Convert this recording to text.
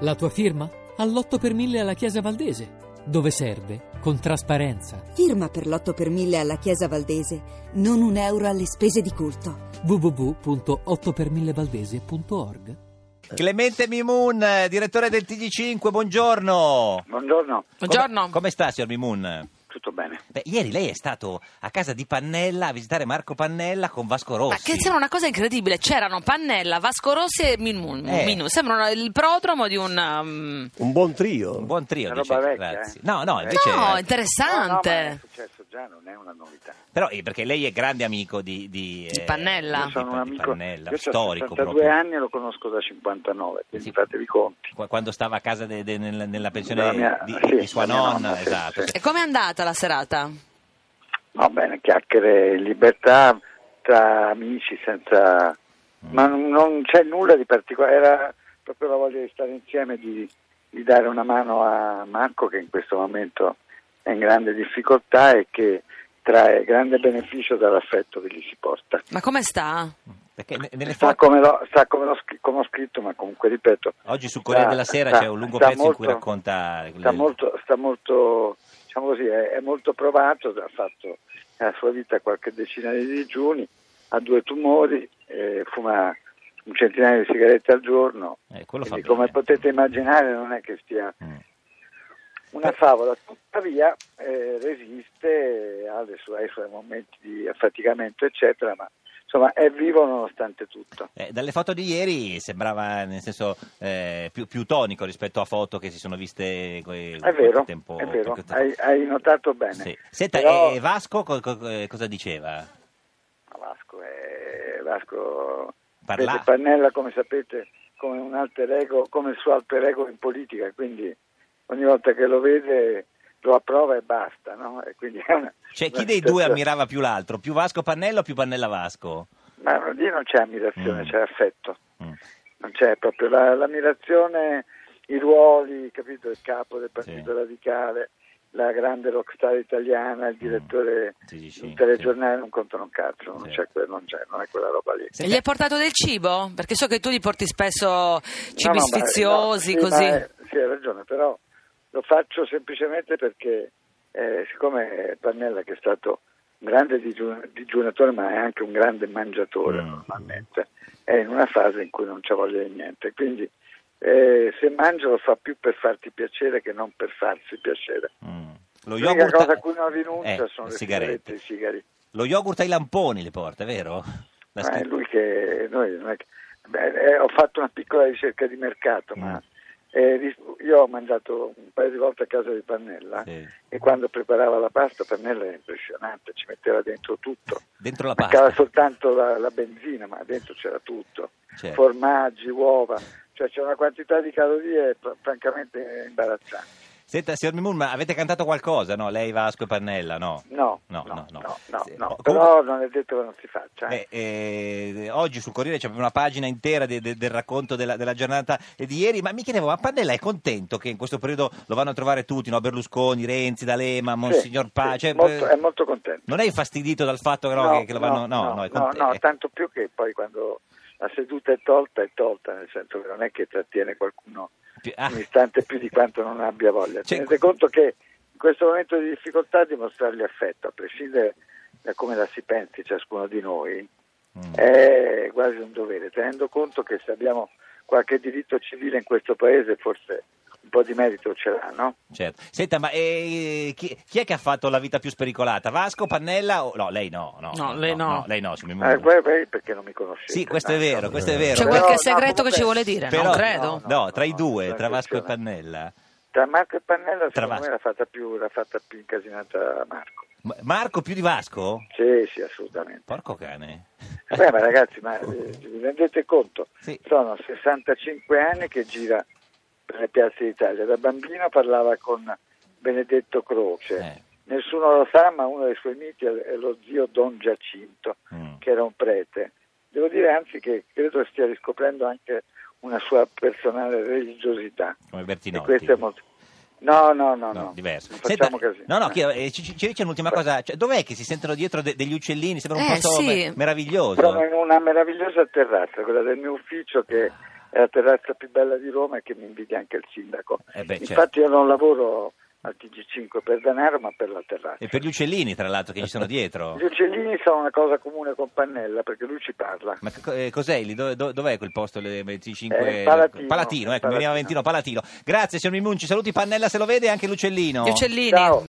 La tua firma? All'8 per 1000 alla Chiesa Valdese. Dove serve? Con trasparenza. Firma per l'8 per 1000 alla Chiesa Valdese. Non €1 alle spese di culto. www.8per1000valdese.org. Clemente Mimun, direttore del TG5, buongiorno. Buongiorno. Buongiorno. Come sta, signor Mimun? Tutto bene. Beh, ieri lei è stato a casa di Pannella a visitare Marco Pannella con Vasco Rossi. Ma che sembra una cosa incredibile. C'erano Pannella, Vasco Rossi e Mimun. Sembrano il prodromo di un buon trio. Un buon trio, Una dice, roba vecchia, grazie. No, invece... No, No, interessante. ma è successo già, non è una novità. Però perché lei è grande amico di Pannella. Io sono un amico, Pannella, io ho storico 62 proprio. anni e lo conosco da 59, quindi Sì. fatevi conti. Quando stava a casa nella pensione Della mia- di sì, sua la mia nonna, nonna, sì, esatto. sì. E com'è andata la serata? Va bene, chiacchiere in libertà tra amici, senza... Ma non c'è nulla di particolare, era proprio la voglia di stare insieme, di dare una mano a Marco, che in questo momento è in grande difficoltà e che trae grande beneficio dall'affetto che gli si porta. Ma come sta? Perché nelle Sta foto... come ho scritto, ma comunque ripeto. Oggi sul Corriere della Sera c'è un lungo pezzo in cui racconta... Sta molto, diciamo così, è molto provato, ha fatto nella sua vita qualche decina di digiuni, ha 2 tumori, fuma un centinaio di sigarette al giorno, quello fa quindi bene. come potete immaginare non è che stia una favola, tuttavia resiste ai suoi momenti di affaticamento eccetera, ma insomma è vivo nonostante tutto. Dalle foto di ieri sembrava, nel senso, più tonico rispetto a foto che si sono viste È vero, tempo. Hai notato bene. Sì. Senta, Però... e Vasco cosa diceva? Vasco Parla... vede Pannella, come sapete, come un alter ego, come il suo alter ego in politica, quindi ogni volta che lo vede lo approva e basta, no? E quindi Cioè, chi dei due ammirava più l'altro? Più Vasco Pannella o più Pannella Vasco? Ma lì non c'è ammirazione, c'è affetto. Non c'è proprio l'ammirazione, i ruoli, capito? Il capo del Partito Radicale, la grande rockstar italiana, il direttore di un telegiornale, non contano un cazzo, non è quella roba lì. E gli hai portato del cibo? Perché so che tu gli porti spesso cibi sfiziosi, sì, così. Sì, hai ragione, però lo faccio semplicemente perché siccome Pannella, che è stato un grande digiunatore ma è anche un grande mangiatore normalmente, è in una fase in cui non c'ha voglia di niente, quindi se mangia lo fa più per farti piacere che non per farsi piacere. L'unica cosa a cui non rinuncia sono le sigarette e i sigari. Lo yogurt ai lamponi le porta, vero? È lui che ho fatto una piccola ricerca di mercato, ma io ho mangiato un paio di volte a casa di Pannella e quando preparava la pasta Pannella era impressionante, ci metteva dentro tutto. Dentro la pasta? Mancava soltanto la benzina, ma dentro c'era tutto, formaggi, uova, cioè c'è una quantità di calorie francamente imbarazzante. Senta, signor Mimun, ma avete cantato qualcosa, no? Lei, Vasco e Pannella, no? No. Però non è detto che non si faccia. Oggi sul Corriere c'è una pagina intera del racconto della giornata di ieri, ma mi chiedevo, ma Pannella è contento che in questo periodo lo vanno a trovare tutti, no? Berlusconi, Renzi, D'Alema, Monsignor Pace? È molto contento. Non è infastidito dal fatto che lo vanno... No, tanto più che poi quando la seduta è tolta, nel senso che non è che trattiene qualcuno un istante più di quanto non abbia voglia. Tenete conto che in questo momento di difficoltà dimostrargli affetto, a prescindere da come la si pensi ciascuno di noi, è quasi un dovere, tenendo conto che se abbiamo qualche diritto civile in questo paese forse un po' di merito ce l'ha, no? Certo. Senta, ma chi è che ha fatto la vita più spericolata? Vasco, Pannella o... No, lei no. No, lei no. Lei no, perché non mi conoscete. Sì, questo è vero. C'è qualche segreto che ci vuole dire? Però, non credo. No, tra i due, tra Vasco e Pannella. Tra Marco e Pannella, secondo me l'ha fatta più incasinata Marco. Marco più di Vasco? Sì, assolutamente. Porco cane. Ma ragazzi, vi rendete conto? Sì. Sono 65 anni che gira per le piazze d'Italia. Da bambino parlava con Benedetto Croce. Nessuno lo sa, ma uno dei suoi miti è lo zio Don Giacinto, che era un prete. Devo dire anzi che credo stia riscoprendo anche una sua personale religiosità. Come Bertinotti. E questo è molto... No, diverso. Facciamo casino. Ci dice un'ultima cosa, cioè, dov'è che si sentono dietro degli uccellini? Sembra un posto meraviglioso. Sono in una meravigliosa terrazza, quella del mio ufficio, che è la terrazza più bella di Roma e che mi invidia anche il sindaco. Certo. Infatti io non lavoro al TG5 per denaro, ma per la terrazza. E per gli uccellini, tra l'altro, che ci sono dietro. Gli uccellini sono una cosa comune con Pannella, perché lui ci parla. Ma cos'è lì? Dov'è quel posto, le 25? Palatino. Palatino, ecco, mi veniva Valentino Palatino. Grazie, signor Mimunci, saluti Pannella se lo vede e anche l'uccellino. Gli uccellini. Ciao.